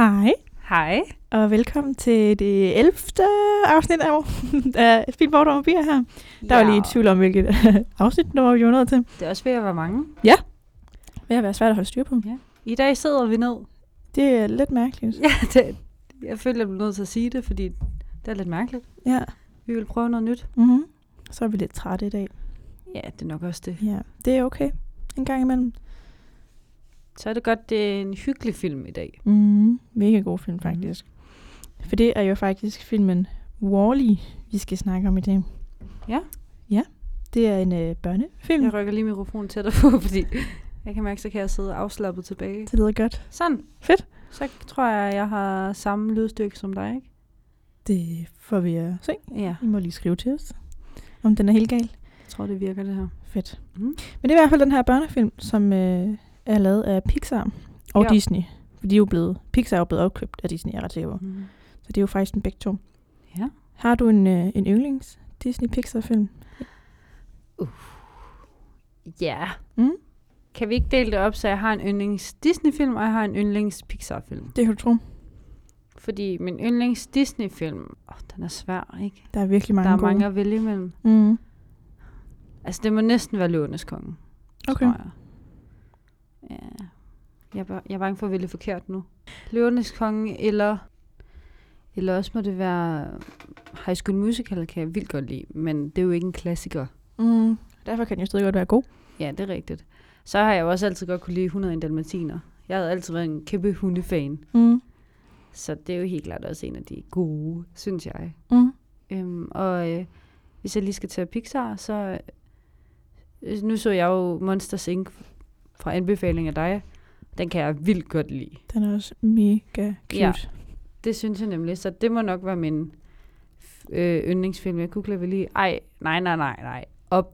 Hej, Hej. og velkommen til det 11. afsnit af Film Border og Bier her. Der var lige i tvivl om, hvilket afsnit nummer vi var nået til. Det er også ved at være mange. Ja, det er svært at holde styr på. Ja. I dag sidder vi ned. Det er lidt mærkeligt. Ja, jeg føler, jeg bliver nødt til at sige det, fordi det er lidt mærkeligt. Ja. Vi vil prøve noget nyt. Mm-hmm. Så er vi lidt trætte i dag. Ja, det er nok også det. Ja, det er okay. En gang imellem. Så er det godt, det er en hyggelig film i dag. Mega god film, faktisk. For det er jo faktisk filmen Wall-E, vi skal snakke om i dag. Ja. Ja, det er en børnefilm. Jeg rykker lige mikrofonen tættere på, fordi jeg kan mærke, så kan jeg sidde afslappet tilbage. Det lyder godt. Sådan. Fedt. Så tror jeg har samme lydstykke som dig, ikke? Det får vi at se. Ja. I må lige skrive til os, om den er helt gal. Jeg tror, det virker, det her. Fedt. Mm. Men det er i hvert fald den her børnefilm, som er lavet af Pixar og Disney. For Pixar er jo blevet opkøbt af Disney, jeg er ret sikker på. Så det er jo faktisk en begge to. Ja. Har du en yndlings Disney-Pixar-film? Ja. Mm? Kan vi ikke dele det op, så jeg har en yndlings Disney-film, og jeg har en yndlings Pixar-film? Det kan du tro. Fordi min yndlings Disney-film, den er svær, ikke? Der er virkelig mange Der er gode. mange at vælge imellem. Mm. Altså, det må næsten være Løvernes Konge, Okay. tror jeg. Ja. Jeg er bange for at vælge forkert nu. Løvernes Konge, eller også må det være High School Musical, kan jeg vildt godt lide, men det er jo ikke en klassiker. Derfor kan den jo stadig godt være god. Ja, det er rigtigt. Så har jeg jo også altid godt kunne lide 101 Dalmatiner. Jeg havde altid været en kæmpe hundefan. Så det er jo helt klart også en af de gode, synes jeg. Hvis jeg lige skal tage Pixar, så nu så jeg jo Monsters Inc. fra anbefaling af dig. Den kan jeg vildt godt lide. Den er også mega cute. Ja, det synes jeg nemlig. Så det må nok være min yndlingsfilm. Jeg kunne vel lige... Nej. Op.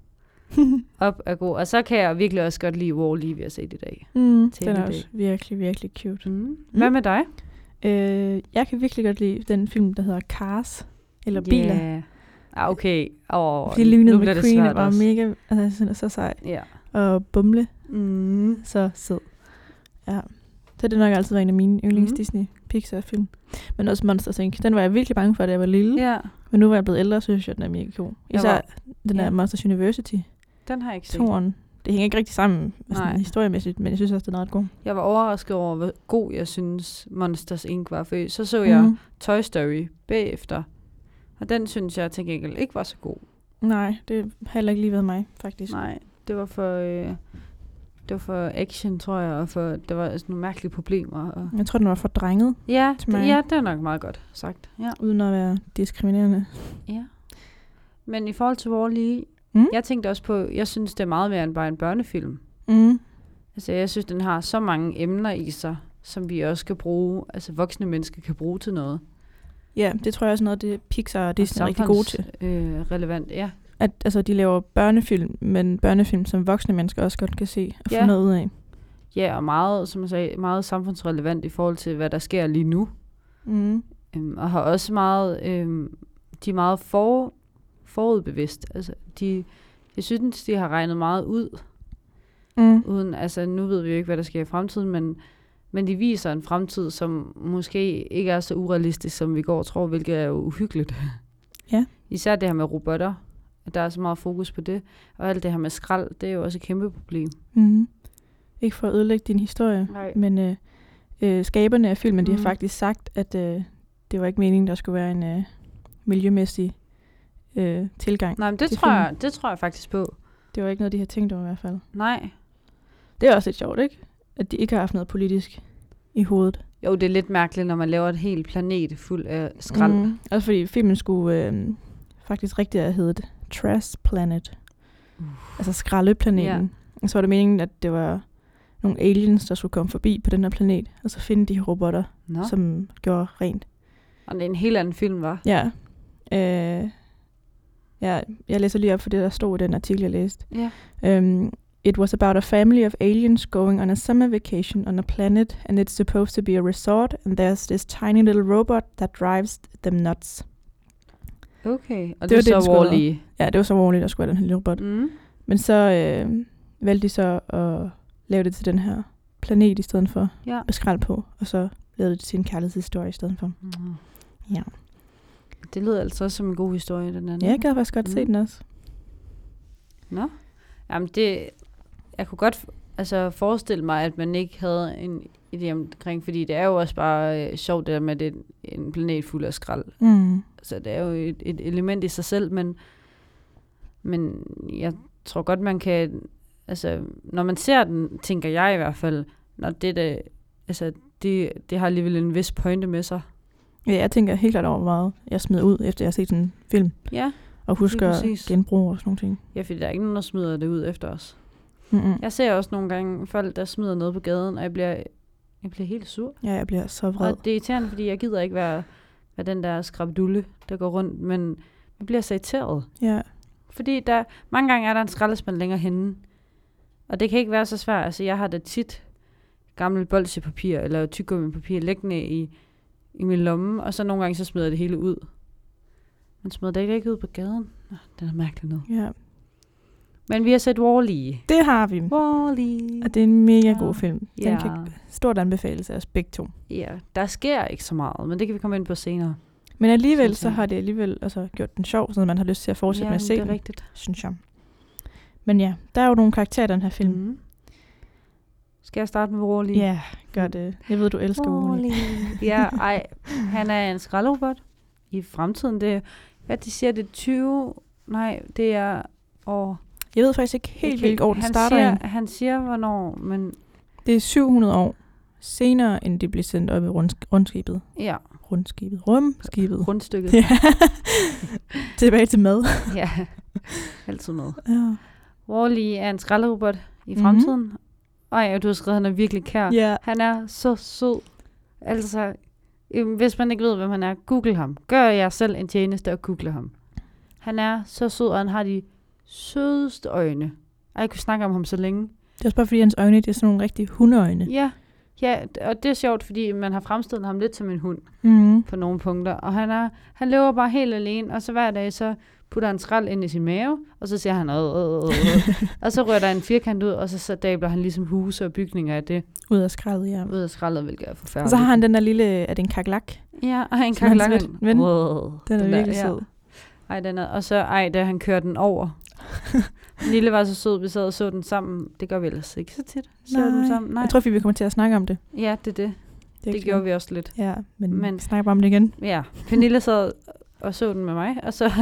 Op er god. Og så kan jeg virkelig også godt lide Wall-E, vi har set i dag. Den er også virkelig, virkelig cute. Hvad med dig? Jeg kan virkelig godt lide den film, der hedder Cars. Eller Biler. Yeah. Okay. Det lignede med Queen, var mega, altså så sej. Ja. Og Bumle. Så sød. Ja. Så det er nok altid været en af mine yndlings Disney Pixar-film. Men også Monsters Inc. Den var jeg virkelig bange for, da jeg var lille. Ja. Men nu var jeg blevet ældre, så synes jeg, den er mega god. Især den der Monsters University. Den har jeg ikke set. Toren. Det hænger ikke rigtig sammen sådan, historiemæssigt, men jeg synes også, den er ret god. Jeg var overrasket over, hvor god jeg synes Monsters Inc. var. For så jeg Toy Story bagefter. Og den synes jeg til gengæld ikke var så god. Nej, det har heller ikke lige været mig, faktisk. Nej, det var for action, tror jeg, og der var sådan nogle mærkelige problemer. Og jeg tror, den var for drenget til mig. Ja, det er nok meget godt sagt. Ja. Uden at være diskriminerende. Ja. Men i forhold til Wall-E, jeg tænkte også på, jeg synes, det er meget mere end bare en børnefilm. Altså, jeg synes, den har så mange emner i sig, som vi også kan bruge, altså voksne mennesker kan bruge til noget. Ja, det tror jeg også noget, det Pixar og Disney er rigtig gode til. Relevant, ja. At altså, de laver børnefilm, men børnefilm, som voksne mennesker også godt kan se og få noget ud af. Ja, og meget, som jeg sagde, meget samfundsrelevant i forhold til, hvad der sker lige nu. Og har også meget, de er meget forudbevidst. Altså, jeg synes, de har regnet meget ud. Uden, altså, nu ved vi jo ikke, hvad der sker i fremtiden, men de viser en fremtid, som måske ikke er så urealistisk, som vi går og tror, hvilket er jo uhyggeligt. Ja. Især det her med robotter. Der er så meget fokus på det. Og alt det her med skrald, det er jo også et kæmpe problem. Ikke for at ødelægge din historie, men skaberne af filmen, de har faktisk sagt, at det var ikke meningen, der skulle være en miljømæssig tilgang. Nej, men det tror jeg faktisk på. Det var ikke noget, de har tænkt over i hvert fald. Nej. Det er også lidt sjovt, ikke? At de ikke har haft noget politisk i hovedet. Jo, det er lidt mærkeligt, når man laver et helt planet fuld af skrald. Også fordi filmen skulle faktisk rigtig have heddet Trash Planet. Altså skraldeplaneten. Yeah. Og så var det meningen, at det var nogle aliens, der skulle komme forbi på den her planet, og så finde de her robotter, som gjorde rent. Og det er en helt anden film, var? Ja. Jeg læser lige op for det, der stod i den artikel, jeg læste. Yeah. It was about a family of aliens going on a summer vacation on a planet, and it's supposed to be a resort, and there's this tiny little robot that drives them nuts. Okay, og det var så Wall-E. Ja, det var så Wall-E, der skulle have den her lille robot. Men så valgte de så at lave det til den her planet i stedet for. Ja. Beskrald på, og så lavede det til en kærlighedshistorie i stedet for. Ja. Det lyder altså også som en god historie, den anden. Ja, jeg gad faktisk godt se den også. Nå. Jamen jeg kunne godt forestille mig, at man ikke havde en idé omkring, fordi det er jo også bare sjovt, det der med, at det er en planet fuld af skrald. Så det er jo et element i sig selv, men jeg tror godt, man kan, når man ser den, tænker jeg i hvert fald, når det har alligevel en vis pointe med sig. Ja, jeg tænker helt klart over, hvor meget jeg smider ud, efter jeg har set en film. Ja. Og husker genbrug og sådan nogle ting. Ja, fordi der er ikke nogen, der smider det ud efter os. Mm-mm. Jeg ser også nogle gange folk, der smider noget på gaden, og jeg bliver helt sur. Ja, jeg bliver så vred. Og det er irriterende, fordi jeg gider ikke være den der skrabdulle, der går rundt, men jeg bliver så irriteret. Ja. Fordi mange gange er der en skraldespand længere henne, og det kan ikke være så svært. Altså, jeg har da tit gammel bolsjepapir eller tykgummipapir liggende i min lomme, og så nogle gange så smider jeg det hele ud. Man smider det ikke ud på gaden. Det er mærkeligt noget. Ja. Men vi har set Wall-E. Det har vi. Wall-E. Og det er en mega god film. Den Ja. kan stort anbefales af os begge to. Ja, der sker ikke så meget, men det kan vi komme ind på senere. Men alligevel, så har det alligevel gjort den sjov, så man har lyst til at fortsætte med at se det er den, rigtigt. synes jeg. Men ja, der er jo nogle karakterer i den her film. Mm. Skal jeg starte med Wall-E? Ja, gør det. Jeg ved, du elsker Wall-E. Ja, han er en skraldrobot i fremtiden. Det, hvad de siger, det er 20... Nej, det er år... Jeg ved faktisk ikke helt, hvilket år den starter ind. Han siger, hvornår, men... Det er 700 år senere, end det blev sendt op i rumskibet. Ja. Rumskibet. Ja. Tilbage til mad. Ja, altid mad. Ja. Wall-E er en skralderobot i fremtiden. Mm-hmm. Og du har skrevet, han er virkelig kær. Yeah. Han er så sød. Altså, hvis man ikke ved, hvem han er, google ham. Gør jeg selv en tjeneste og google ham. Han er så sød, og han har de sødeste øjne. Og jeg kunne snakke om ham så længe. Det er også bare, fordi hans øjne, det er sådan nogle rigtige hundeøjne. Ja, og det er sjovt, fordi man har fremstillet ham lidt som en hund på nogle punkter. Og han lever bare helt alene, og så hver dag, så putter han skrald ind i sin mave, og så siger han, og så rører der en firkant ud, og så dabler han ligesom huse og bygninger af det. Ud af skraldet, ja. Ud af skraldet, hvilket er forfærdeligt. Og så har han den der lille, er det en kakelak? Ja, og en kakelak. Den er virkelig sød. Og så, da han kører den over. Lille var så sød, vi sad og så den sammen. Det gør vi ellers ikke så tit. Nej. Jeg tror, vi kommer til at snakke om det. Ja, det er det. Det gjorde vi også lidt. Ja, men vi snakker bare om det igen. Ja, Pernille sad og så den med mig, og så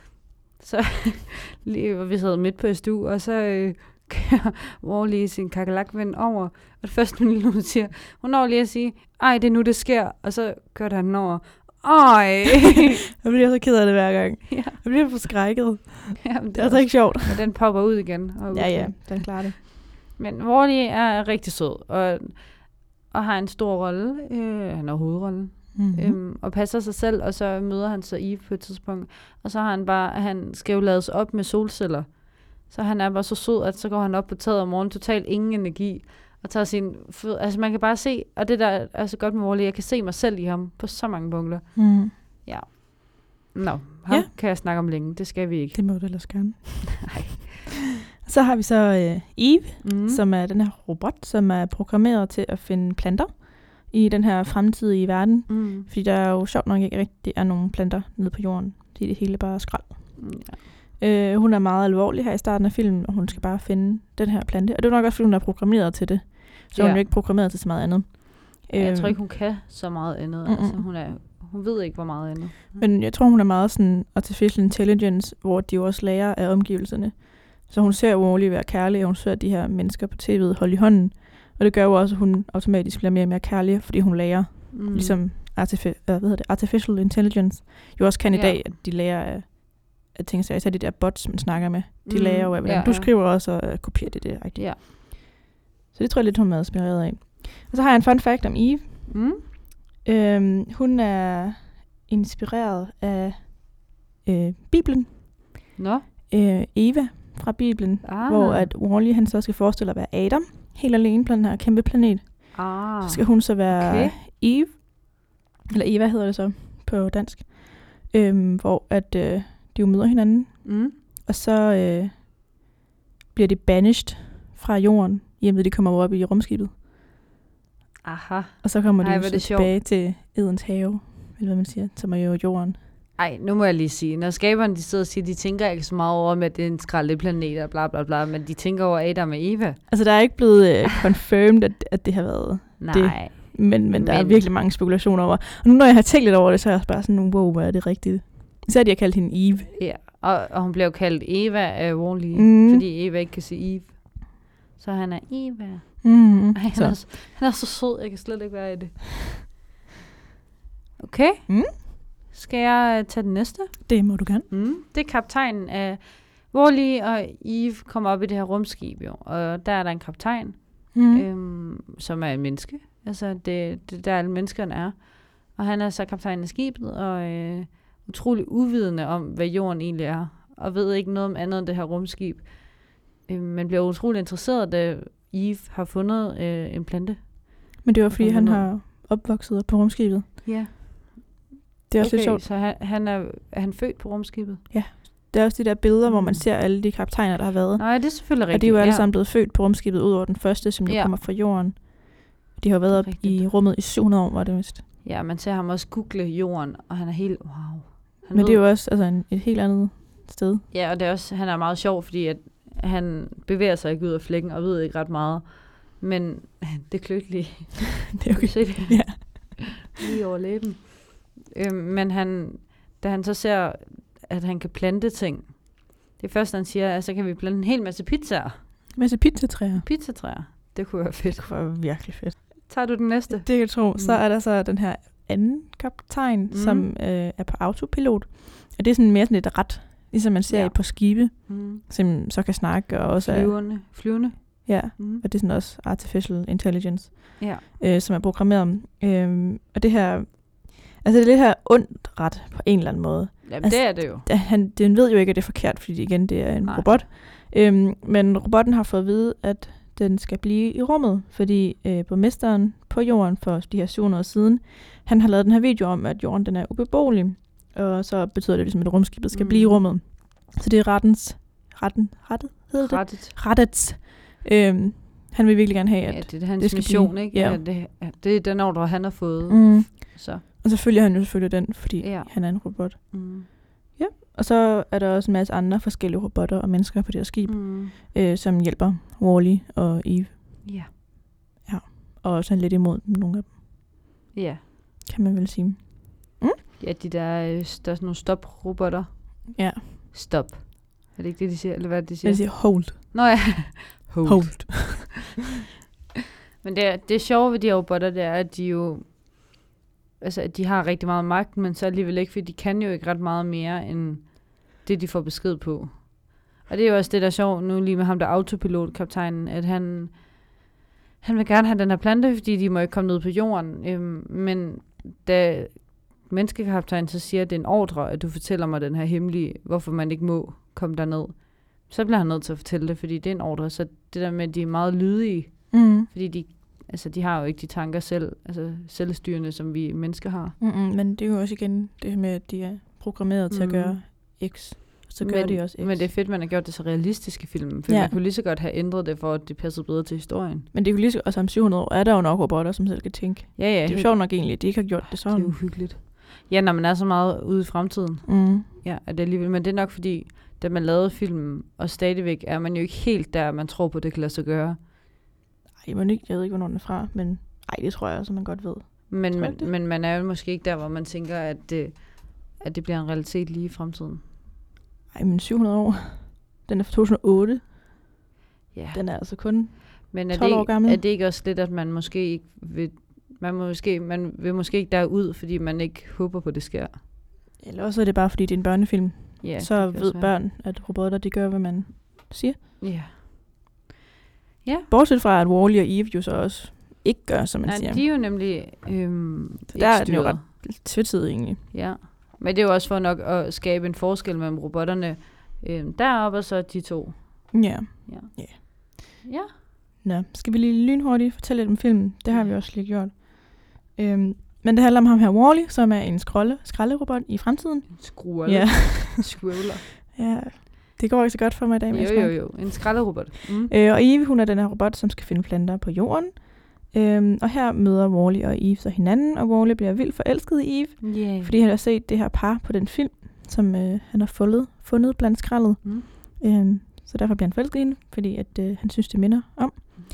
lige, vi sad midt på SDU, og så kører Wall-E sin kakelakven over, og det første hun siger, hun når lige at sige, det er nu det sker, og så kørte han over. Jeg bliver så ked af det hver gang. Ja. Jeg bliver forskrækket. Jamen, det er altså ikke sjovt. Men den popper ud igen. Ja, den klarer det. Men Wall-E er rigtig sød, og har en stor rolle. Han har hovedrollen. Mm-hmm. Og passer sig selv, og så møder han så Eve på et tidspunkt. Og så har han skal jo lades op med solceller. Så han er bare så sød, at så går han op på taget om morgenen, totalt ingen energi, og tager sin fødder. Altså man kan bare se, og det der er så godt med Wall-E, jeg kan se mig selv i ham på så mange punkter. Mm. Ja. Kan jeg snakke om længe, det skal vi ikke. Det må du ellers gerne. Nej. Så har vi så Eve, som er den her robot, som er programmeret til at finde planter i den her fremtidige verden. Fordi der er jo sjovt nok ikke rigtig er nogen planter nede på jorden. Det hele bare skrald. Ja. Hun er meget alvorlig her i starten af filmen, og hun skal bare finde den her plante. Og det er nok også, fordi hun er programmeret til det. Så hun er jo ikke programmeret til så meget andet. Jeg tror ikke, hun kan så meget andet. Altså, hun ved ikke, hvor meget andet. Men jeg tror, hun er meget sådan artificial intelligence, hvor de jo også lærer af omgivelserne. Så hun ser jo Wall-E være kærlig, og hun ser de her mennesker på tv'et holde i hånden. Og det gør jo også, at hun automatisk bliver mere og mere kærlig, fordi hun lærer, ligesom artificial intelligence jo også kan i dag, at de lærer af ting, så især de der bots, man snakker med. De lærer jo, hvordan du skriver også, og kopierer det rigtigt. Ja. Så det tror jeg lidt, hun er inspireret af. Og så har jeg en fun fact om Eve. Hun er inspireret af Bibelen. Eva fra Bibelen, hvor at Wall-E han så skal forestille at være Adam, helt alene på den her kæmpe planet. Så skal hun så være Eve, eller Eva hedder det så på dansk, hvor at de jo møder hinanden, og så bliver de banished fra jorden, i og med de kommer op i rumskibet. Aha. Og så kommer de Ej, jo hvor er det så tilbage til Edens have, eller hvad man siger, som er jo jorden. Ej, nu må jeg lige sige, når skaberne de sidder og siger, de tænker ikke så meget over, at det er en skraldeplanet og bla bla bla, men de tænker over Adam og Eva. Altså, der er ikke blevet confirmed, at det har været Nej. det. Men der er virkelig mange spekulationer over. Og nu når jeg har tænkt lidt over det, så er jeg også bare sådan, wow, hvad er det rigtigt? Så har de kaldt hende Eve. Ja, og hun blev kaldt Eva af Wall-E, fordi Eva ikke kan sige Eve. Så han er Eva. Ej, han er så sød, jeg kan slet ikke være i det. Okay. Skal jeg tage den næste? Det må du gerne. Det er kaptajnen af Wall-E, og Eve kommer op i det her rumskib, jo. Og der er der en kaptajn, som er et menneske. Altså, det der alle menneskerne er. Og han er så kaptajnen af skibet, og utrolig uvidende om, hvad jorden egentlig er. Og ved ikke noget om andet end det her rumskib. Men bliver utrolig interesseret, da Eve har fundet en plante. Men det var, fordi han har opvokset på rumskibet? Ja. Det er også lidt sjovt. Så er han født på rumskibet? Ja. Det er også de der billeder, hvor man ser alle de kaptajner, der har været. Nej, det er selvfølgelig rigtigt. Og de er jo alle sammen blevet født på rumskibet, udover den første, som jo kommer fra jorden. De har været op i rummet i 700 år, var det vist. Ja, man ser ham også google jorden, og han er helt, wow. Men det er jo også altså, et helt andet sted. Ja, og det er også, han er meget sjov, fordi at han bevæger sig ikke ud af flækken, og ved ikke ret meget. Men det er kløgtelige. Det er okay. Se det? Ja. Lige over læben. Men da han så ser, at han kan plante ting, det første han siger, er, så kan vi plante en hel masse pizzaer. En masse pizzatræer? Pizzatræer. Det kunne være fedt. Det kunne være virkelig fedt. Tager du den næste? Det kan jeg tro. Så er der så den her anden kaptajn, som er på autopilot. Og det er sådan mere sådan et ret, ligesom man ser på skibe, som så kan snakke og også flyvende. Ja, og det er sådan også artificial intelligence, som er programmeret. Og det her, altså det er lidt her ondt ret på en eller anden måde. Jamen altså, det er det jo. Den ved jo ikke, at det er forkert, fordi igen, det er en robot. Men robotten har fået at vide, at den skal blive i rummet, fordi borgmesteren på jorden for de her 700 år siden, han har lavet den her video om, at jorden den er ubeboelig, og så betyder det ligesom, at rumskibet skal blive i rummet. Så det er rettets. Han vil virkelig gerne have, at det er hans mission, blive, ikke? Ja. Det er den ordre, han har fået. Så. Og så følger han jo selvfølgelig den, fordi han er en robot. Ja. Og så er der også en masse andre forskellige robotter og mennesker på det her skib, som hjælper Wall-E og Eve. Ja. Ja. Og også lidt imod nogle af dem. Ja. Kan man vel sige. Ja, der er sådan nogle stop-robotter. Ja. Stop. Er det ikke det, de siger? Eller hvad de siger? De siger hold. Nå ja. Hold. Men det sjove ved de her robotter, det er, at de jo altså, at de har rigtig meget magt, men så alligevel ikke, fordi de kan jo ikke ret meget mere, end det, de får besked på. Og det er jo også det, der er sjovt nu lige med ham, der autopilot-kaptajnen, at han vil gerne have den her plante, fordi de må ikke komme ned på jorden. Men da menneskekaptajnen så siger, at det er en ordre, at du fortæller mig den her hemmelige, hvorfor man ikke må komme derned, så bliver han nødt til at fortælle det, fordi det er en ordre. Så det der med, at de er meget lydige, fordi de har jo ikke de tanker selv, altså selvstyrende, som vi mennesker har. Men det er jo også igen det med, at de er programmeret til at gøre X. Så gør de også X. Men det er fedt, man har gjort det så realistisk i filmen, for man kunne lige så godt have ændret det, for at det passede bedre til historien. Men det kunne lige så også om 700 år, er der jo nok robotter, som selv kan tænke. Ja, det er jo sjovt nok egentlig, at de ikke har gjort det sådan. Det er uhyggeligt. Ja, når man er så meget ude i fremtiden. Ja, er det alligevel. Men det er nok fordi, da man lavede filmen, og stadigvæk er man jo ikke helt der, man tror på, det kan lade sig gøre. Jeg ved ikke, hvornår den er fra, men det tror jeg også, man godt ved. Men man er jo måske ikke der, hvor man tænker, at det bliver en realitet lige i fremtiden. Men 700 år. Den er fra 2008. Ja. Den er altså kun 12 år år gammel. Er det ikke også lidt, at man måske ikke vil... Man vil måske ikke derud, fordi man ikke håber på, det sker? Eller også er det bare, fordi det er en børnefilm. Ja, så ved børn, at robotter, de gør, hvad man siger. Ja. Ja. Bortset fra, at Wall-E og Eve jo så også ikke gør, som man siger. De er jo nemlig så der er den jo ret tvetydig egentlig. Ja. Men det er jo også for nok at skabe en forskel mellem robotterne deroppe og så de to. Ja. Nå, skal vi lige lynhurtigt fortælle lidt om filmen? Det har vi også lige gjort. Men det handler om ham her, Wall-E, som er en skralderobot i fremtiden. En skruller. Ja. Skruller. Ja, det går ikke så godt for mig i dag. Jo. En skralderobot. Og Eve, hun er den her robot, som skal finde planter på jorden. Og her møder Wall-E og Eve så hinanden, og Wall-E bliver vildt forelsket i Eve, fordi han har set det her par på den film, som han har fundet blandt skraldet. Så derfor bliver han forelsket i hende, fordi at, han synes, det minder om.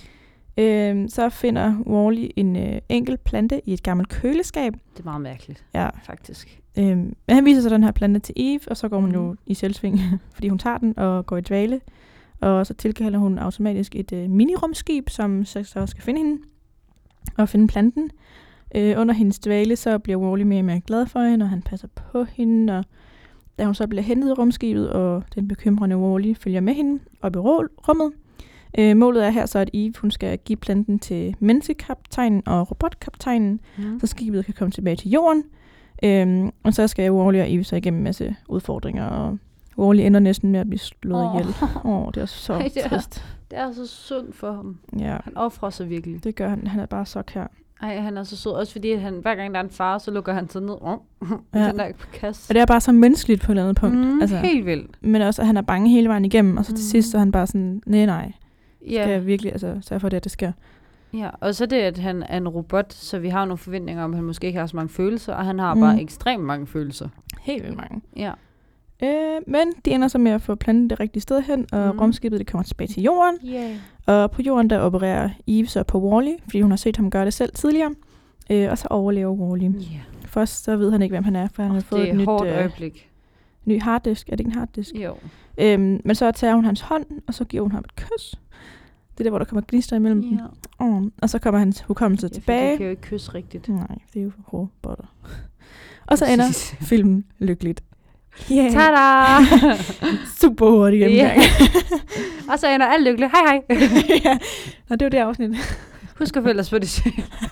Så finder Wall-E en enkelt plante i et gammelt køleskab. Det er meget mærkeligt, faktisk. Men han viser så den her plante til Eve, og så går hun jo i selvsving, fordi hun tager den og går i dvale. Og så tilkalder hun automatisk et minirumskib, som så skal finde hende og finde planten. Under hendes dvale, så bliver Wall-E mere og mere glad for hende, og han passer på hende. Og da hun så bliver hentet i rumskibet, og den bekymrende Wall-E følger med hende op i rummet. Målet er her så, at Eve hun skal give planten til menneskekaptajnen og robotkaptajnen, så skibet kan komme tilbage til jorden. Og så skal Wall-E og Eve så igennem en masse udfordringer, og Wall-E ender næsten med at blive slået ihjel. Det er så trist. Det er så synd for ham. Ja. Han offrer sig virkelig. Det gør han. Han er bare så kær. Ej, han er så sød. Også fordi hver gang der er en far, så lukker han sig ned. Den der kasse. Og det er bare så menneskeligt på et eller andet punkt. Altså. Helt vildt. Men også, at han er bange hele vejen igennem, og så til sidst, så er han bare sådan, nej. Skal jeg virkelig sørge for det skal. Ja, og så det, at han er en robot, så vi har nogle forventninger om, at han måske ikke har så mange følelser, og han har bare ekstremt mange følelser. Helt vildt mange. Ja. Men de ender så med at få planten det rigtige sted hen, og rumskibet det kommer tilbage til jorden. Og på jorden, der opererer Eve så på Wall-E, fordi hun har set ham gøre det selv tidligere. Og så overlever Wall-E. Først så ved han ikke, hvem han er, for han har fået et nyt øjeblik. Ny harddisk. Er det ikke en harddisk? Jo. Men så tager hun hans hånd, og så giver hun ham et kys. Det er der, hvor der kommer gnister imellem dem. Og så kommer hans hukommelse tilbage. Det kan jo ikke kysse rigtigt. Nej, det er jo robotter. Og så ender filmen lykkeligt. Yeah. Tada! Super hurtigt gennemgang. Og så ender alt lykkeligt. Hej. Nå, det var det afsnit. Husk at følge os på det.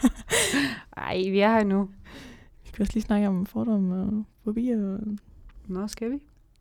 Ej, vi er her nu. Vi skal også lige snakke om fordomme og fobier. Nå, skal vi?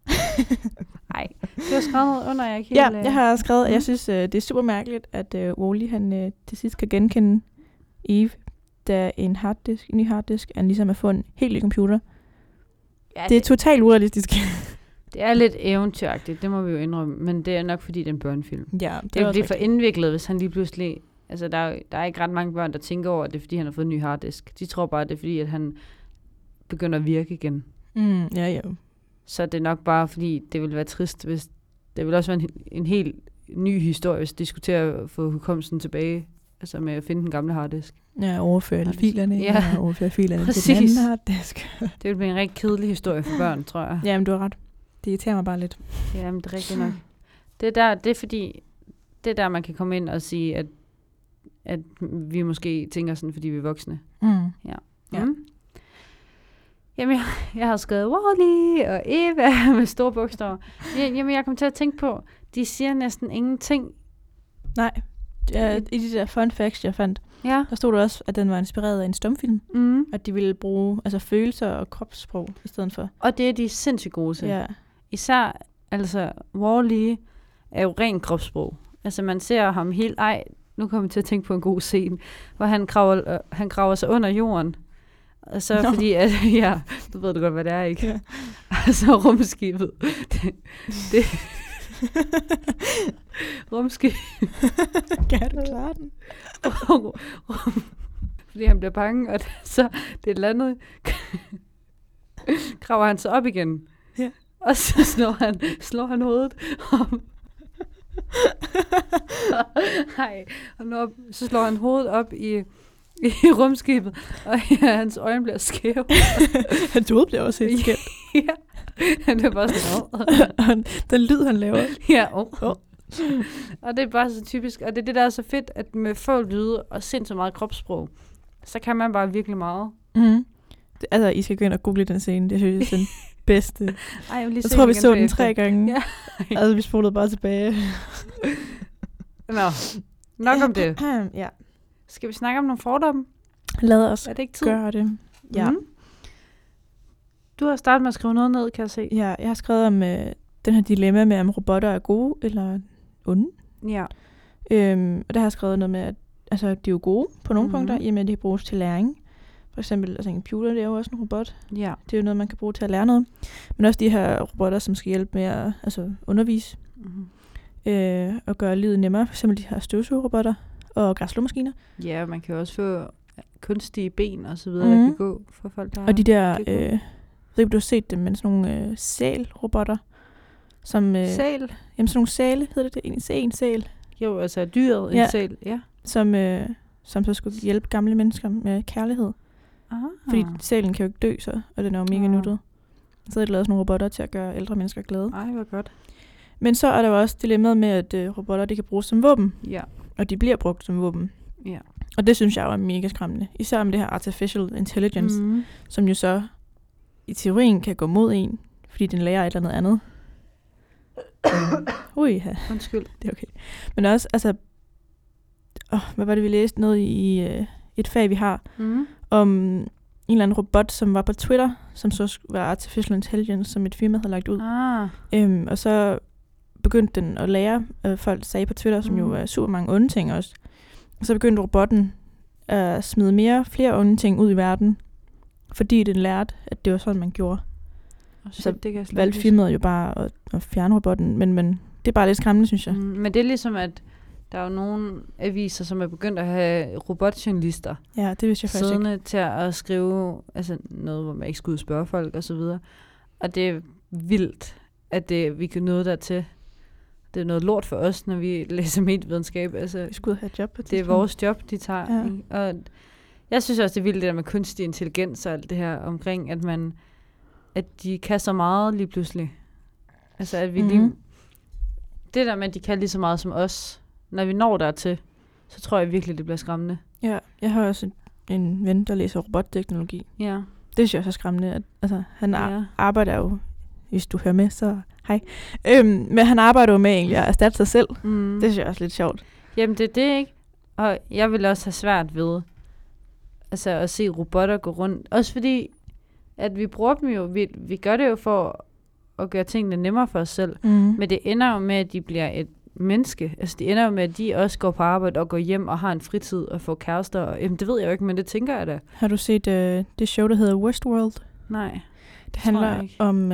Nej, du har skrevet noget under, jeg ikke helt... Ja, jeg har skrevet, at jeg synes, det er super mærkeligt, at Wall-E, han til sidst kan genkende Eve, da en ny harddisk, han ligesom har fået en helt ny computer. Ja, det er totalt urealistisk. Det er lidt eventyragtigt, det må vi jo indrømme, men det er nok, fordi det er en børnefilm. Ja, det bliver for indviklet, hvis han lige pludselig... Altså, der er ikke ret mange børn, der tænker over, at det er, fordi han har fået en ny harddisk. De tror bare, at det er, fordi at han begynder at virke igen. Ja. Så det er nok bare, fordi det ville være trist, hvis... Det ville også være en helt ny historie, hvis de diskuterer at få hukommelsen tilbage. Altså med at finde den gamle harddisk. Ja, overføre filerne. Ja, overføre filerne til den anden harddisk. Det ville blive en rigtig kedelig historie for børn, tror jeg. Jamen, du har ret. Det irriterer mig bare lidt. Jamen, det er rigtigt nok. Det er fordi... Det er der, man kan komme ind og sige, at vi måske tænker sådan, fordi vi er voksne. Ja. Jamen, jeg har skrevet Wall-E og Eva med store bogstaver. Jamen, jeg kom til at tænke på, de siger næsten ingenting. Nej. I de der fun facts, jeg fandt, der stod der også, at den var inspireret af en stumfilm. At de ville bruge følelser og kropssprog i stedet for. Og det er de sindssygt gode til. Ja. Især, altså, Wall-E er jo ren kropssprog. Altså, man ser ham helt... nu kommer jeg til at tænke på en god scene, hvor han graver sig under jorden. Og så fordi, at... Ja, du ved du godt, hvad det er, ikke? Ja. Og så rumskibet. Det rumskibet. Kan du klare den? Fordi han bliver bange, og så det landet graver han sig op igen. Ja. Og så slår han hovedet om. Nej, og så slår han hovedet op i rumskibet, og hans øjne bliver skæve. Hans hoved bliver også helt skævt. Ja, han bliver bare sådan. Den lyd, han laver. Ja, Og det er bare så typisk, og det er det, der er så fedt, at med få lyde og sindssygt meget kropssprog, så kan man bare virkelig meget. Altså, I skal gå ind og google den scene. Det synes jeg er den bedste. Jeg tror, vi så den 3 gange. Ja. Altså, vi spolede bare tilbage. Nå, nok om det. Ja. Skal vi snakke om nogle fordomme? Lad os er det ikke tid? Gøre det. Ja. Du har startet med at skrive noget ned, kan jeg se. Ja, jeg har skrevet om den her dilemma med, om robotter er gode eller onde. Ja. Og der har jeg skrevet noget med, at altså, de er jo gode på nogle punkter, i og med, at de kan bruges til læring. For eksempel, altså en computer, det er jo også en robot. Ja. Det er jo noget, man kan bruge til at lære noget. Men også de her robotter, som skal hjælpe med at undervise. Og gøre livet nemmere. For eksempel de her støvsugerrobotter. og græsslåmaskiner. Ja, man kan også få kunstige ben og så videre, der kan gå for folk, der og de der, jeg ved ikke, du har set dem, men sådan nogle sælrobotter. Som, sæl? Jamen sådan nogle sæle, hedder det en sæl. Jo, altså dyret, en sæl, ja. Som så skulle hjælpe gamle mennesker med kærlighed. Aha. Fordi sælen kan jo ikke dø så, og den er jo mega nuttet. Så er det lavet sådan nogle robotter til at gøre ældre mennesker glade. Ej, hvor godt. Men så er der jo også dilemmaet med, at robotter de kan bruges som våben. Ja. Og de bliver brugt som våben. Ja. Og det synes jeg jo er mega skræmmende. Især med det her artificial intelligence, som jo så i teorien kan gå mod en, fordi den lærer et eller andet. Ja. Undskyld. Det er okay. Men også, altså, hvad var det, vi læste? Noget i et fag, vi har, om en eller anden robot, som var på Twitter, som så var artificial intelligence, som et firma havde lagt ud. Og så begyndte den at lære, folk sagde på Twitter, som jo er super mange onde ting også. Og så begyndte robotten at smide flere onde ting ud i verden, fordi den lærte, at det var sådan, man gjorde. Så valgte firmaet jo bare at fjerne robotten, men det er bare lidt skræmmende, synes jeg. Men det er ligesom, at der er jo nogle aviser, som er begyndt at have robotjournalister. Ja, det vidste jeg faktisk siddende til at skrive altså noget, hvor man ikke skal ud og spørge folk og så videre. Og det er vildt, at vi kan nå dertil. Det er noget lort for os, når vi læser medievidenskab. Altså, vi skulle have et job på det er vores job, de tager. Ja. Og jeg synes også, det er vildt, det der med kunstig intelligens og alt det her omkring, at de kan så meget lige pludselig. Altså, at vi lige... Det der med, at de kan lige så meget som os, når vi når dertil, så tror jeg virkelig, det bliver skræmmende. Ja, jeg har også en ven, der læser robotteknologi. Ja. Det synes jeg også er skræmmende. At, altså, han arbejder jo, hvis du hører med, så hej. Men han arbejder jo med egentlig at erstatte sig selv. Det synes jeg også lidt sjovt. Jamen, det er det, ikke? Og jeg vil også have svært ved altså, at se robotter gå rundt. Også fordi, at vi bruger dem jo, vi gør det jo for at gøre tingene nemmere for os selv. Men det ender jo med, at de bliver et menneske. Altså, det ender jo med, at de også går på arbejde og går hjem og har en fritid og får kærester. Og, jamen, det ved jeg jo ikke, men det tænker jeg da. Har du set det show, der hedder Westworld? Nej. Det handler om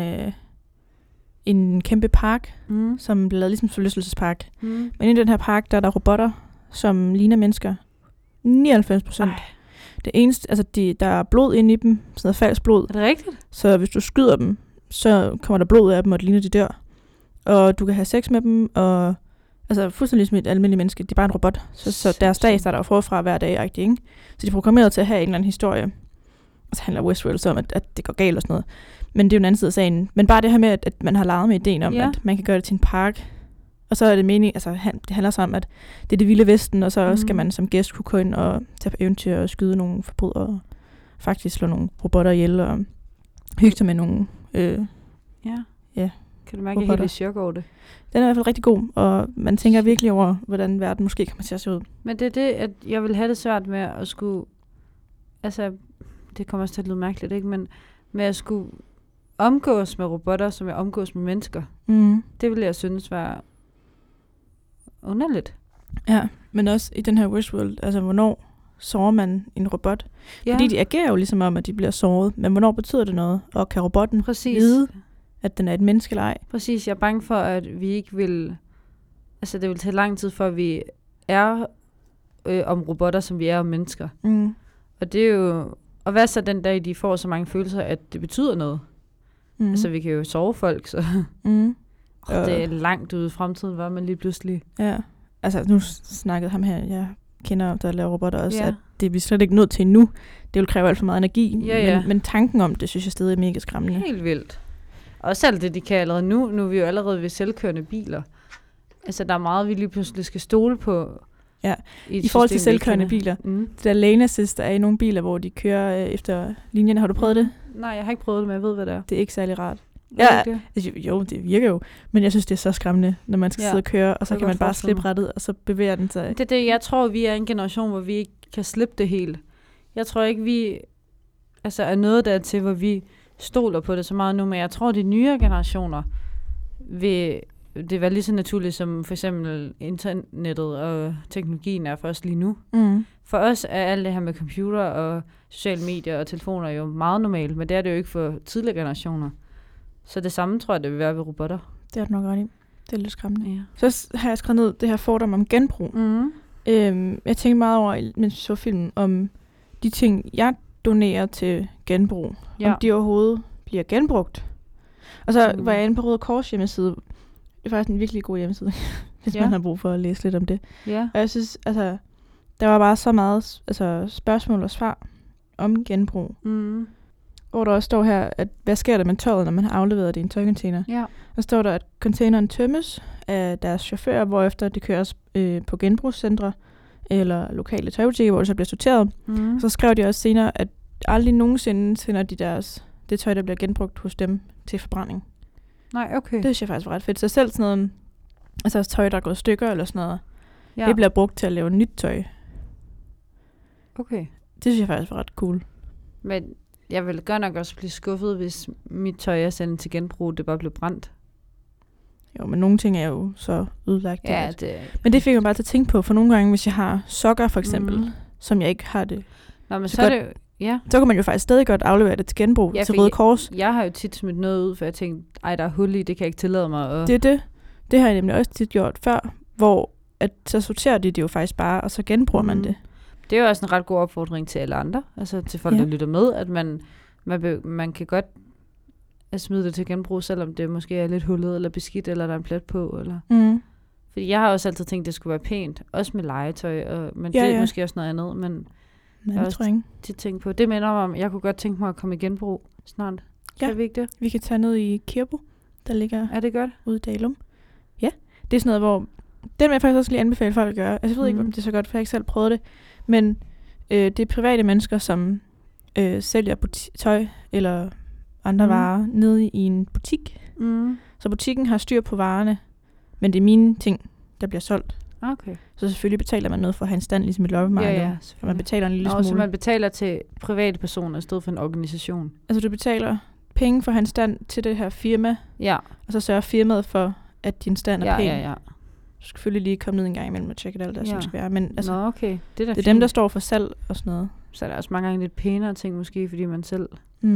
en kæmpe park, som bliver lavet ligesom en forlystelsespark. Men i den her park, der er der robotter, som ligner mennesker. 99%. Det eneste, altså der er blod inde i dem, sådan noget falsk blod. Er det rigtigt? Så hvis du skyder dem, så kommer der blod af dem, og det ligner, de dør. Og du kan have sex med dem, og altså fuldstændig som et almindeligt menneske. De er bare en robot. Så deres dag starter jo forfra hver dag, ikke? Så de er programmeret til at have en eller anden historie. Og så handler Westworld så om, at det går galt og sådan noget. Men det er jo en anden side af sagen. Men bare det her med, at man har leget med ideen om, at man kan gøre det til en park. Og så er det meningen, altså det handler så om, at det er det vilde vesten, og så skal man som gæst kunne gå ind og tage på eventyr og skyde nogle forbrydere, og faktisk slå nogle robotter ihjel, og hygge sig med nogle kan du mærke, at jeg er helt i chok over det? Den er i hvert fald rigtig god, og man tænker virkelig over, hvordan verden måske kommer til at se ud. Men det er det, at jeg vil have det svært med at skulle, altså, det kommer også til at lyde mærkeligt, ikke? Men med at skulle omgås med robotter, som jeg omgås med mennesker. Det ville jeg synes var underligt. Ja, men også i den her Westworld, altså hvornår sårer man en robot? Ja. Fordi de agerer jo ligesom om, at de bliver såret, men hvornår betyder det noget? Og kan robotten vide, at den er et menneske eller ej? Præcis, jeg er bange for, at vi ikke vil, altså det vil tage lang tid, før vi er om robotter, som vi er om mennesker. Og det er jo, og hvad så den dag, de får så mange følelser, at det betyder noget? Altså vi kan jo sove folk, så det er langt ude i fremtiden, hvor man lige pludselig... Ja, altså nu snakkede ham her, jeg kender, der laver robotter også, at det er vi slet ikke nødt til nu. Det vil kræve alt for meget energi, men tanken om det, synes jeg stadig er mega skræmmende. Helt vildt. Og selv det, de kan allerede nu. Nu er vi jo allerede ved selvkørende biler. Altså, der er meget, vi lige pludselig skal stole på. Ja, i forhold til selvkørende biler. Det der lane assist er i nogle biler, hvor de kører efter linjerne. Har du prøvet det? Nej, jeg har ikke prøvet det, men jeg ved, hvad det er. Det er ikke særlig rart. Ja, jo, det virker jo. Men jeg synes, det er så skræmmende, når man skal sidde og køre, og så kan man bare slippe rettet, og så bevæger den sig. Det er det, jeg tror, vi er en generation, hvor vi ikke kan slippe det helt. Jeg tror ikke, vi er noget dertil, hvor vi stoler på det så meget nu, men jeg tror, de nye generationer vil det være lige så naturligt, som for eksempel internettet og teknologien er for os lige nu. For os er alt det her med computer og sociale medier og telefoner jo meget normalt, men det er det jo ikke for tidligere generationer. Så det samme tror jeg, det vil være ved robotter. Det er det nok ret i. Det er lidt skræmmende. Ja. Så har jeg skrevet ned det her fordom om genbrug. Jeg tænkte meget over, mens vi så filmen, om de ting, jeg donerer til genbrug, om de overhovedet bliver genbrugt. Og så var jeg inde på Røde Kors hjemmeside. Det er faktisk en virkelig god hjemmeside, hvis man har brug for at læse lidt om det. Ja. Og jeg synes, altså, der var bare så meget spørgsmål og svar om genbrug. Mm. Hvor der også står her, at hvad sker der med tøjet, når man har afleveret det i en tøjcontainer? Ja. Der står der, at containeren tømmes af deres chauffører, hvorefter det køres på genbrugscentre eller lokale tøjbutikker, hvor det så bliver sorteret. Mm. Så skrev de også senere, at aldrig nogensinde sender de det tøj, der bliver genbrugt hos dem, til forbrænding. Nej, okay. Det synes jeg faktisk var ret fedt. Så selv sådan noget, altså tøj, der er gået i stykker eller sådan noget, det bliver brugt til at lave nyt tøj. Okay. Det synes jeg faktisk var ret cool. Men jeg vil godt nok også blive skuffet, hvis mit tøj, jeg sender til genbrug, det bare blev brændt. Jo, men nogle ting er jo så ødelagt. Ja, men det fik jeg bare til at tænke på, for nogle gange, hvis jeg har sokker for eksempel, som jeg ikke har det. Nå, men så er det ja. Så kan man jo faktisk stadig godt aflevere det til genbrug til Røde Kors. Jeg har jo tit smidt noget ud, for jeg tænkte, der er hul i, det kan jeg ikke tillade mig. Det er det. Det har jeg nemlig også tit gjort før, hvor at så sorterer de det jo faktisk bare, og så genbruger man det. Det er jo også en ret god opfordring til alle andre, altså til folk, der lytter med, at man kan godt smide det til genbrug, selvom det måske er lidt hullet eller beskidt, eller der er en plet på. Eller. Fordi jeg har også altid tænkt, at det skulle være pænt, også med legetøj, men det er måske også noget andet. Men jeg har også tit tænkt på, det minder om, jeg kunne godt tænke mig at komme i genbrug snart. Skal vi ikke det? Vi kan tage ned i Kirbo, der ligger det godt? Ude i Dalum. Ja, det er sådan noget, hvor den vil jeg faktisk også lige anbefale folk at gøre. Altså, jeg ved ikke, om det er så godt, for jeg har ikke selv prøvet det. Men det er private mennesker, som sælger tøj eller andre varer nede i en butik. Så butikken har styr på varerne, men det er mine ting, der bliver solgt. Okay. Så selvfølgelig betaler man noget for at have en stand, ligesom et loppemarked. Ja, og man betaler en lille smule. Så man betaler til private personer i stedet for en organisation. Altså du betaler penge for at have en stand til det her firma, og så sørger firmaet for, at din stand er pæn. Ja. Du skal selvfølgelig lige komme ned en gang imellem og tjekke det alt, der som skal være. Men altså, okay. Det er dem, der står for salg og sådan noget. Så er der også mange gange lidt pænere ting, måske, fordi man selv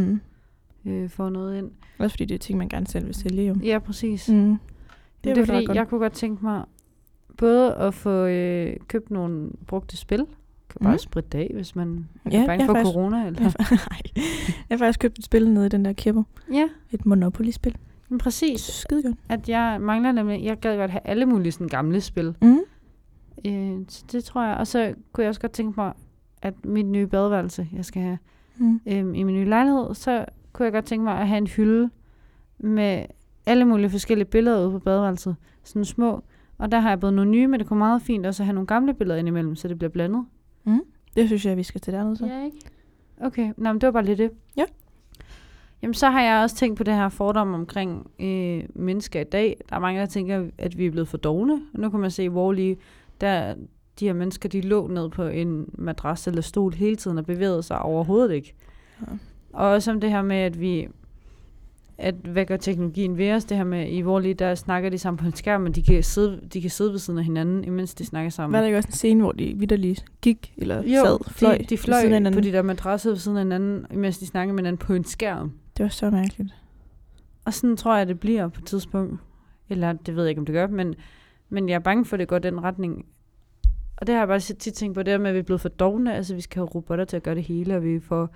får noget ind. Også fordi det er ting, man gerne selv vil sælge, jo. Ja, præcis. Det er fordi, jeg kunne godt tænke mig både at få købt nogle brugte spil. Kan bare spritte af, hvis man er bange for corona. Eller? Jeg har faktisk købt et spil nede i den der Kirbo. Ja. Et Monopoly-spil. Men præcis. Skide godt. At jeg mangler nemlig, jeg gad godt have alle mulige sådan gamle spil. Så det tror jeg. Og så kunne jeg også godt tænke mig, at mit nye badeværelse, jeg skal have i min nye lejlighed, så kunne jeg godt tænke mig at have en hylde med alle mulige forskellige billeder ude på badeværelset. Sådan små. Og der har jeg både nogle nye, men det kunne meget fint også have nogle gamle billeder indimellem, så det bliver blandet. Det synes jeg, vi skal til dernede så. Ja, ikke? Okay, nå, men det var bare lidt det. Ja. Jamen, så har jeg også tænkt på det her fordom omkring mennesker i dag. Der er mange, der tænker, at vi er blevet for dovne. Og nu kan man se, hvor lige der de her mennesker, de lå ned på en madras eller stol hele tiden og bevægede sig overhovedet ikke. Ja. Og også om det her med, hvad gør teknologien ved os? Det her med, i hvor lige der snakker de sammen på en skærm, men de kan sidde ved siden af hinanden, imens de snakker sammen. Var der ikke også en scene, hvor de vitterligt gik eller fløj de fløj på de der madrasser ved siden af hinanden, imens de snakker med hinanden på en skærm. Det var så mærkeligt. Og sådan tror jeg, det bliver på et tidspunkt. Eller det ved jeg ikke, om det gør, men jeg er bange for, at det går den retning. Og det har jeg bare tit tænkt på, det her med, at vi er blevet for dovne. Altså, vi skal have robotter til at gøre det hele, og vi får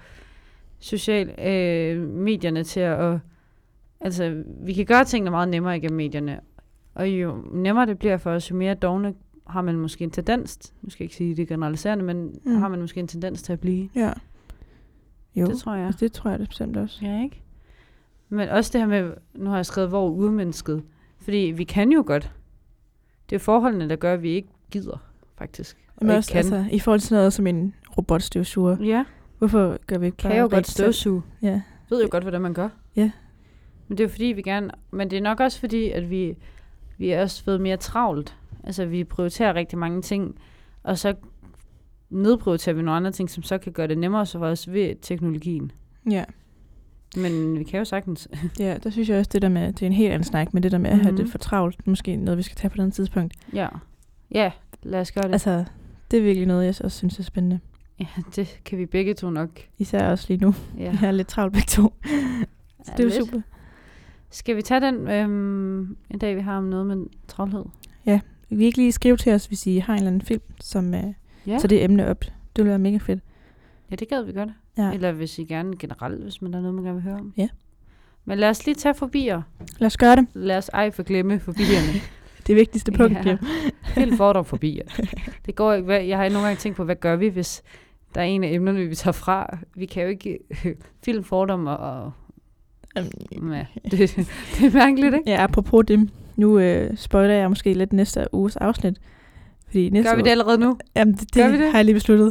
medierne til at... Altså, vi kan gøre tingene meget nemmere igennem medierne. Og jo nemmere det bliver for os, jo mere dovne har man måske en tendens, nu skal jeg ikke sige det generaliserende, men har man måske en tendens til at blive. Ja. Jo, det tror jeg. Det tror jeg det bestemt også. Ja, ikke? Men også det her med, nu har jeg skrevet, hvor urmennesket. Fordi vi kan jo godt. Det er forholdene, der gør, at vi ikke gider, faktisk. Men også, kan. Altså, i forhold til noget som en robotstøvsuger. Ja. Hvorfor gør vi ikke bare... Kan jo godt støvsuge. Ja. Ved jo godt, hvordan man gør. Ja. Men det er fordi, vi gerne... Men det er nok også fordi, at vi er også fået mere travlt. Altså, vi prioriterer rigtig mange ting, og så nedprioriterer vi nogle andre ting, som så kan gøre det nemmere for os ved teknologien. Ja. Men vi kan jo sagtens. Ja, der synes jeg også, det der med, det er en helt anden snak, men det der med at have det for travlt, måske noget, vi skal tage på den tidspunkt. Ja. Ja, lad os gøre det. Altså, det er virkelig noget, jeg også synes er spændende. Ja, det kan vi begge to nok. Især også lige nu. Ja. Jeg er lidt travlt begge to. Så det er jo super. Skal vi tage den en dag, vi har om noget med travlhed? Ja, I kan ikke lige skrive til os, hvis I har en eller anden film, som så det emne op. Det ville være mega fedt. Ja, det gad vi godt. Ja. Eller hvis I gerne generelt, hvis man der er noget, man gerne vil høre om. Ja. Men lad os lige tage fobier. Lad os gøre det. Lad os forglemme fobierne. Det vigtigste punkt. Ja. Helt fordom fobier. Det går ikke. Jeg har nogle gange tænkt på, hvad gør vi, hvis der er en af emnerne, vi tager fra. Vi kan jo ikke film, fordom og ja, det er mærkeligt, ikke? Ja, apropos det. Nu spoiler jeg måske lidt næste uges afsnit. Fordi næste gør vi det allerede nu? Jamen, det har jeg lige besluttet.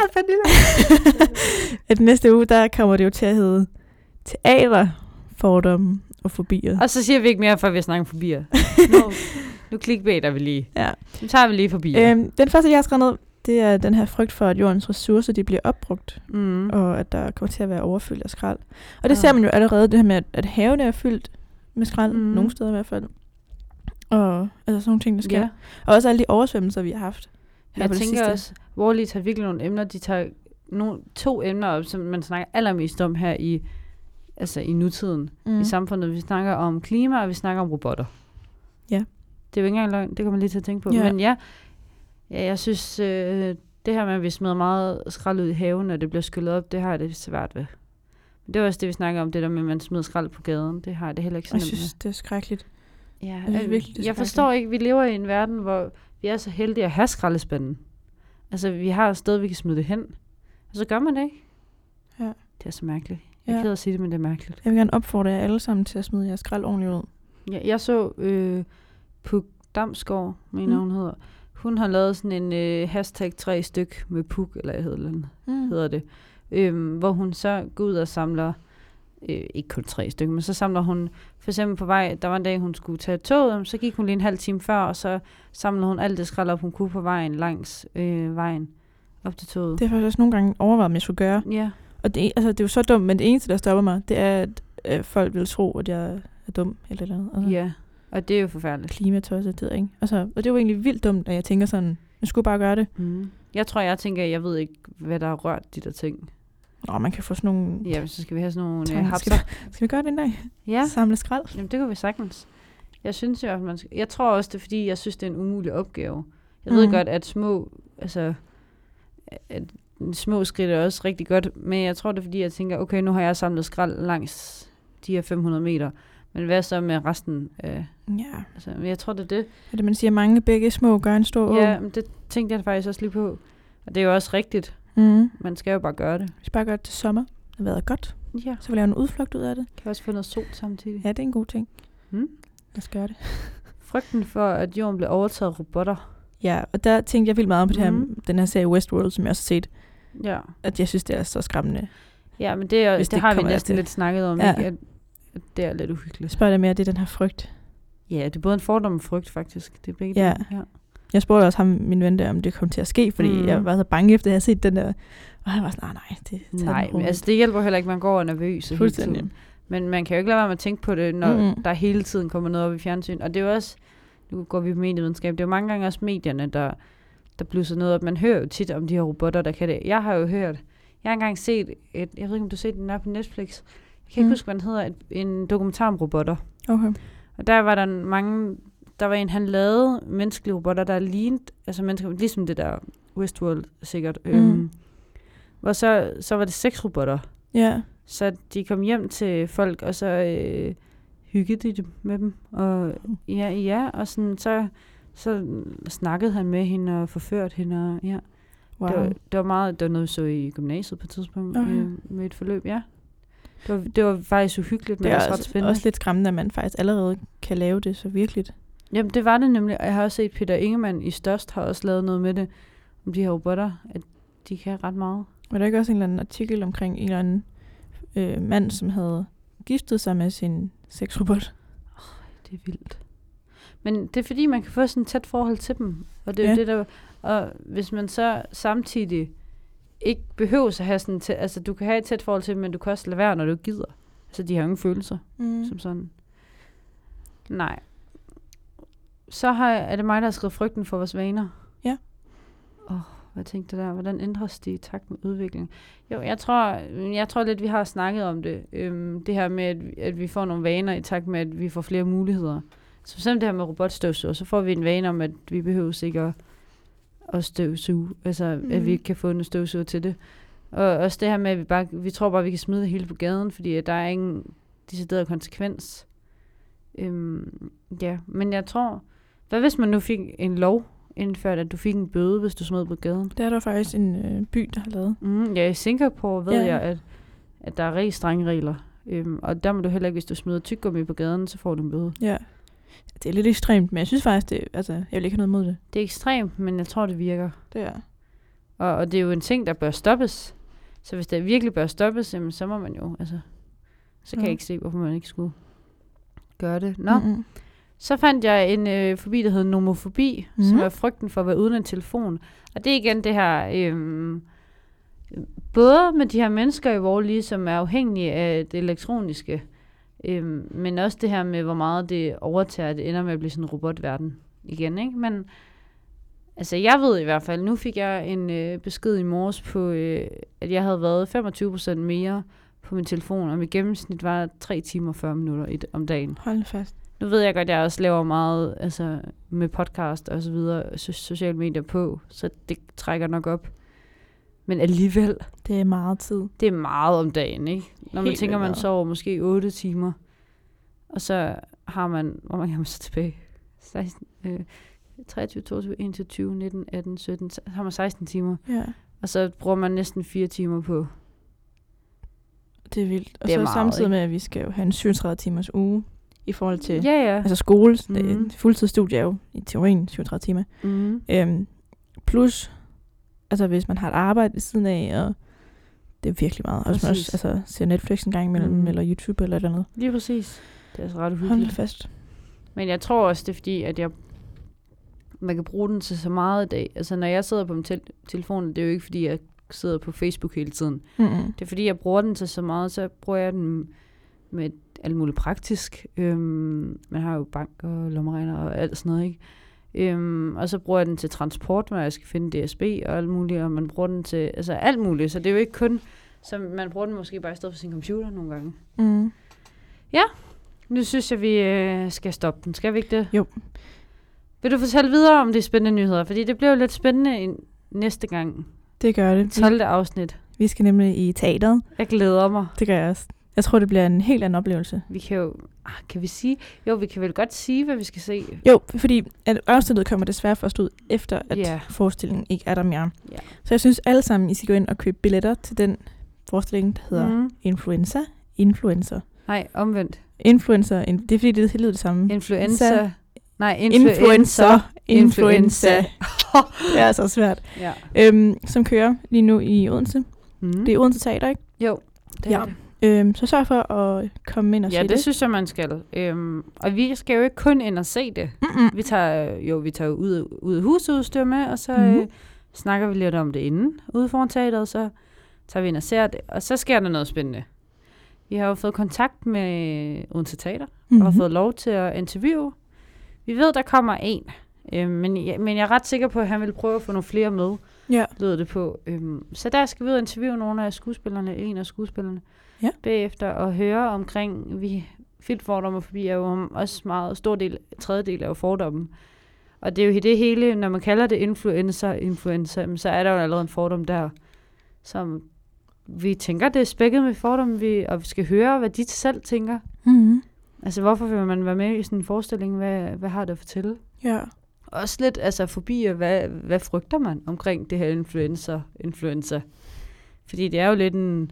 At næste uge, der kommer det jo til at hedde teater, fordomme og fobier. Og så siger vi ikke mere, før vi snakker om fobier. Nu clickbaiter vi lige. Ja. Nu tager vi lige fobier. Den første, jeg har skrevet ned, det er den her frygt for, at jordens ressourcer de bliver opbrugt, og at der kommer til at være overfyldt af skrald. Og det ser man jo allerede, det her med, at havene er fyldt med skrald, nogle steder i hvert fald. Og altså sådan nogle ting, der sker. Yeah. Og også alle de oversvømmelser, vi har haft. Jeg tænker også, hvor lige tager virkelig nogle emner, de tager 2 emner op, som man snakker allermest om her i nutiden, i samfundet. Vi snakker om klima, og vi snakker om robotter. Ja. Det er jo ikke engang løgn, det kan man lige til at tænke på. Men ja, jeg synes, det her med, at vi smider meget skrald ud i haven, og det bliver skyllet op, det har jeg det svært ved. Men det er også det, vi snakker om, det der med, at man smider skrald på gaden. Det har jeg det heller ikke sådan. Jeg synes, det er skrækkeligt. Ja, jeg forstår ikke, vi lever i en verden, hvor vi er så heldige at have skraldespanden. Altså, vi har et sted, vi kan smide det hen. Og så gør man det ikke. Ja. Det er så mærkeligt. Jeg er ked af at sige det, men det er mærkeligt. Jeg vil gerne opfordre jer alle sammen til at smide jeres skrald ordentligt ud. Ja, jeg så Puk Damsgaard, mener hun hedder. Hun har lavet sådan en hashtag 3 styk med Puk, eller hedder det. Hvor hun så går ud og samler, ikke kun 3 stykker, men så samler hun for eksempel på vej, der var en dag, hun skulle tage toget, så gik hun lige en halv time før, og så samlede hun alt det skrald op, hun kunne på vejen, langs vejen op til toget. Det er faktisk også nogle gange overvejet, om jeg skulle gøre. Ja. Og det er jo så dumt, men det eneste, der stopper mig, det er, at folk vil tro, at jeg er dum, eller andet. Altså, ja, og det er jo forfærdeligt. Klimatosset, det ikke. Altså, og det er jo egentlig vildt dumt, at jeg tænker sådan, jeg skulle bare gøre det. Jeg tænker, jeg ved ikke, hvad der har rørt de der ting. Nå, man kan få sådan nogle... Ja, så skal vi have sådan nogle hapser. Skal vi gøre det en dag? Ja. Samle skrald? Jamen, det kan vi sagtens. Jeg synes jo, at man skal... Jeg tror også, det er, fordi jeg synes, det er en umulig opgave. Jeg ved godt, at små skridt er også rigtig godt, men jeg tror, det er, fordi jeg tænker, okay, nu har jeg samlet skrald langs de her 500 meter, men hvad så med resten? Altså, jeg tror, det er det. Er det, man siger, mange begge små gør en stor å? Ja, men det tænkte jeg faktisk også lige på. Og det er jo også rigtigt. Man skal jo bare gøre det. Hvis bare gøre det til sommer, det har været godt. Ja. Så vil jeg lave en udflugt ud af det. Kan også få noget sol samtidig. Ja, det er en god ting. Lad os gøre det. Frygten for, at jorden bliver overtaget af robotter. Ja, og der tænkte jeg vildt meget på det her, den her serie Westworld, som jeg også har set. Ja. At jeg synes, det er så skræmmende. Ja, men det har vi næsten lidt snakket om, ikke? At det er lidt uhyggeligt. Spørger dig mere, det er den her frygt. Ja, det er både en fordom og frygt, faktisk. Det er begge dele. Ja. Jeg spurgte også ham, min ven der, om det kom til at ske, fordi jeg var så bange efter, at jeg havde set den der. Og han var sådan, nej, men altså det hjælper heller ikke, man går nervøs hele tiden. Men man kan jo ikke lade være med at tænke på det, når der hele tiden kommer noget op i fjernsyn. Og det er jo også, nu går vi på medievidenskab, det er jo mange gange også medierne, der blusser noget op. Man hører jo tit om de her robotter, der kan det. Jeg har engang set jeg ved ikke, om du har set den der på Netflix. Jeg kan ikke huske, hvad den hedder, en dokumentar om robotter. Okay. Og der var der var en, han lavede menneskelige robotter, der lignede, altså mennesker, ligesom det der Westworld sikkert. Hvor så var det 6 robotter. Ja. Så de kom hjem til folk, og så hyggede de med dem. Og og sådan, så snakkede han med hende og forførte hende. Og, ja. Wow. Det var noget, vi så i gymnasiet på et tidspunkt med et forløb, ja. Det var faktisk uhyggeligt, men det er også også lidt skræmmende, at man faktisk allerede kan lave det så virkeligt. Jamen, det var det nemlig, og jeg har også set Peter Ingemann i Størst har også lavet noget med det, om de her robotter, at de kan ret meget. Var der ikke også en eller anden artikel omkring en eller anden mand, som havde giftet sig med sin sexrobot? Det er vildt. Men det er fordi, man kan få sådan et tæt forhold til dem, og det er det der, og hvis man så samtidig ikke behøver at have sådan altså du kan have et tæt forhold til dem, men du kan også lade være, når du gider. Altså de har ingen følelser, som sådan. Nej. Så er det mig, der har skrevet frygten for vores vaner. Ja. Hvad tænkte du der? Hvordan ændres de i takt med udviklingen? Jo, jeg tror lidt, vi har snakket om det. Det her med, at vi får nogle vaner i takt med, at vi får flere muligheder. Så for eksempel det her med robotstøvsuger, så får vi en vane om, at vi behøver ikke at støvsuge. Altså, at vi ikke kan få en støvsuger til det. Og også det her med, at vi tror bare, at vi kan smide det hele på gaden, fordi der er ingen decideret konsekvens. Ja, men jeg tror... Hvad hvis man nu fik en lov indført, at du fik en bøde, hvis du smed på gaden? Det er der faktisk en by, der har lavet. Ja, i Singapore ved jeg, at der er rigtig strenge regler. Og der må du heller ikke, hvis du smider tyggegummi på gaden, så får du en bøde. Ja. Det er lidt ekstremt, men jeg synes faktisk, jeg vil ikke have noget mod det. Det er ekstremt, men jeg tror, det virker. Det er. Og det er jo en ting, der bør stoppes. Så hvis det virkelig bør stoppes, jamen, så må man jo, så kan jeg ikke se, hvorfor man ikke skulle gøre det. Nå. Så fandt jeg en fobi, der hedder nomofobi, som er frygten for at være uden en telefon. Og det er igen det her, både med de her mennesker i vores liv, som er afhængige af det elektroniske, men også det her med, hvor meget det overtager, det ender med at blive sådan en robotverden igen, ikke? Men altså, jeg ved i hvert fald, nu fik jeg en besked i morges på, at jeg havde været 25% mere på min telefon, og mit gennemsnit var 3 timer og 40 minutter om dagen. Hold fast. Nu ved jeg godt, at jeg også laver meget med podcast og så videre, sociale medier på, så det trækker nok op. Men alligevel... Det er meget tid. Det er meget om dagen, ikke? Når man tænker, man sover måske 8 timer, og så har man... Hvor mange har man så tilbage? 16, 23, 22, 21, 19, 18, 17... Så har man 16 timer. Ja. Og så bruger man næsten 4 timer på... Det er vildt. Og det er så meget, samtidig ikke? Med, at vi skal jo have en 37 timers uge i forhold til... Ja. Skole. Fuldtidsstudie er jo i teorien 37 timer. Plus... hvis man har et arbejde ved siden af, og det er virkelig meget. Og hvis man også ser Netflix en gang imellem, eller YouTube eller et eller andet. Lige præcis. Det er altså ret uhyggeligt. Hold fast. Men jeg tror også, det er fordi, at man kan bruge den til så meget i dag. Altså, når jeg sidder på min telefon, det er jo ikke fordi, jeg sidder på Facebook hele tiden. Det er fordi, jeg bruger den til så meget, så bruger jeg den med alt muligt praktisk. Man har jo bank og lommeregner og alt sådan noget, ikke? Og så bruger jeg den til transport, når jeg skal finde DSB og alt muligt, og man bruger den til alt muligt, så det er jo ikke kun, så man bruger den måske bare i stedet for sin computer nogle gange. Ja, nu synes jeg, vi skal stoppe den. Skal vi ikke det? Jo. Vil du fortælle videre om de spændende nyheder? Fordi det bliver jo lidt spændende næste gang. Det gør det. 12. afsnit. Vi skal nemlig i teateret. Jeg glæder mig. Det gør jeg også. Jeg tror, det bliver en helt anden oplevelse. Vi kan jo... Kan vi sige... Jo, vi kan vel godt sige, hvad vi skal se. Jo, fordi at afsnittet kommer desværre først ud, efter at forestillingen ikke er der mere. Yeah. Så jeg synes alle sammen, I skal gå ind og købe billetter til den forestilling, der hedder Influencer. Nej, omvendt. Influencer. Det er fordi, det lyder det samme. Influencer. Nej, Influencer. Det er så svært. Ja. Som kører lige nu i Odense. Det er Odense Teater, ikke? Jo, det er det. Så sørg for at komme ind og se det. Ja, det synes jeg, man skal. Og vi skal jo ikke kun ind og se det. Vi tager ud af husudstyr med, og så snakker vi lidt om det inden ude foran teateret, så tager vi ind og ser det. Og så sker der noget spændende. Vi har jo fået kontakt med Odense Teater, og har fået lov til at interviewe. Vi ved, der kommer en, men jeg er ret sikker på, at han vil prøve at få nogle flere med, lød det på. Så der skal vi ud og interviewe nogle af skuespillerne, en af skuespillerne. Ja. Bagefter og høre omkring, filmfordomme og forbi er jo også meget stor del, tredjedel af jo fordommen. Og det er jo det hele, når man kalder det influencer, så er der jo allerede en fordom der, som vi tænker, det er spækket med fordomme, og vi skal høre, hvad de selv tænker. Altså, hvorfor vil man være med i sådan en forestilling? Hvad har det at fortælle? Ja. Også lidt, fobier, hvad frygter man omkring det her influencer? Fordi det er jo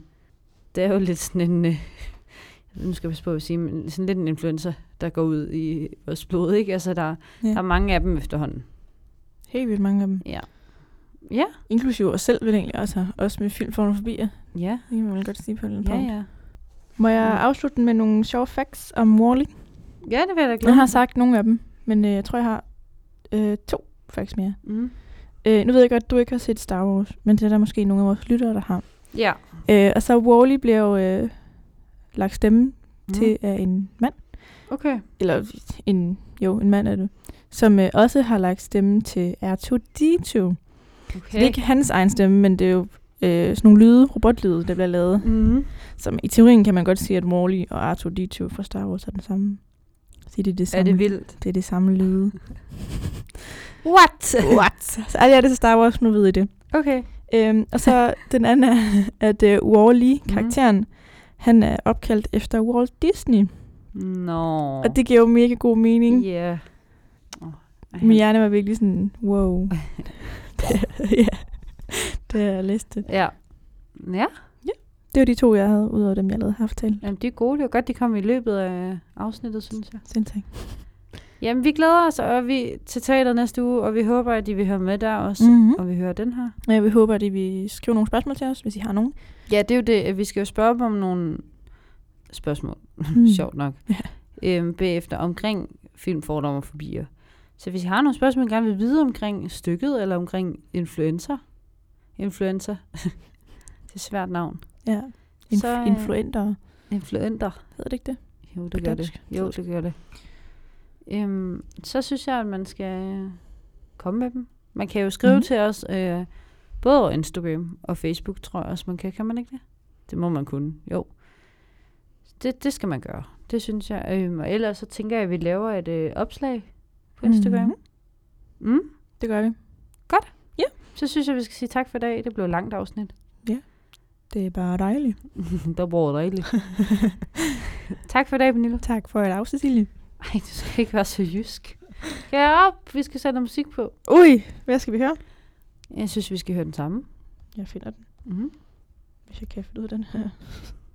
lidt sådan en, nu skal jeg passe på at sige, men sådan lidt en influencer, der går ud i vores blod, ikke? Altså, der er mange af dem efterhånden. Helt vildt mange af dem. Ja. Ja. Inklusive os selv, vil egentlig også med filmforbier. Ja. Det kan man vel godt sige på den punkt. Ja. Må jeg afslutte med nogle sjove facts om Wall-E? Ja, det vil jeg da glade. Jeg har sagt nogle af dem, men jeg tror, jeg har 2 facts mere. Nu ved jeg godt, at du ikke har set Star Wars, men det er der måske nogle af vores lyttere, der har. Ja. Og så Wall-E bliver jo lagt stemme til af en mand. Okay. Eller en mand er det. Som også har lagt stemme til R2-D2. Okay. Så det er ikke hans egen stemme, men det er jo sådan nogle robotlyde, der bliver lavet. Som i teorien kan man godt sige, at Wall-E og R2-D2 fra Star Wars er den samme. Fordi det er det Er samme, det vildt? det er det samme lyde. What? Så er det til Star Wars, nu ved I det. Okay. Og så den anden er, at Wall-E, karakteren, han er opkaldt efter Walt Disney. Nå. Og det giver jo mega god mening. Ja. Min hjerne var virkelig sådan, wow. Det er listet. Ja. Ja. Det var de 2, jeg havde, udover dem, jeg lavede haftale. Jamen, de er gode. Det var godt, de kom i løbet af afsnittet, synes jeg. Selv tak. Jamen, vi glæder os til teater næste uge, og vi håber, at de vil høre med der også, og vi hører den her. Ja, vi håber, at I vil skrive nogle spørgsmål til os, hvis I har nogen. Ja, det er jo det. Vi skal jo spørge dem om nogle spørgsmål. Sjovt nok. Bagefter omkring filmfordomme og fobier. Så hvis I har nogle spørgsmål, I gerne vil vide omkring stykket, eller omkring influenza. Det er et svært navn. Ja. Influenter. Influenter. Hedder det ikke det? Jo, det gør det. Jo, det gør det. Så synes jeg, at man skal komme med dem. Man kan jo skrive til os, både over Instagram og Facebook, tror jeg også, man kan. Kan man ikke det? Det må man kunne, jo. Det skal man gøre. Det synes jeg. Og ellers så tænker jeg, at vi laver et opslag på Instagram. Det gør vi. Godt. Ja. Så synes jeg, vi skal sige tak for i dag. Det blev et langt afsnit. Ja. Det er bare dejligt. Det er bare dejligt. Tak for i dag, Pernille. Tak for et afsnit, Silje. Ej, du skal ikke være så jysk. Ja, op. Vi skal sætte noget musik på. Ui, hvad skal vi høre? Jeg synes, vi skal høre den samme. Jeg finder den. Hvis jeg kan finde ud af den her.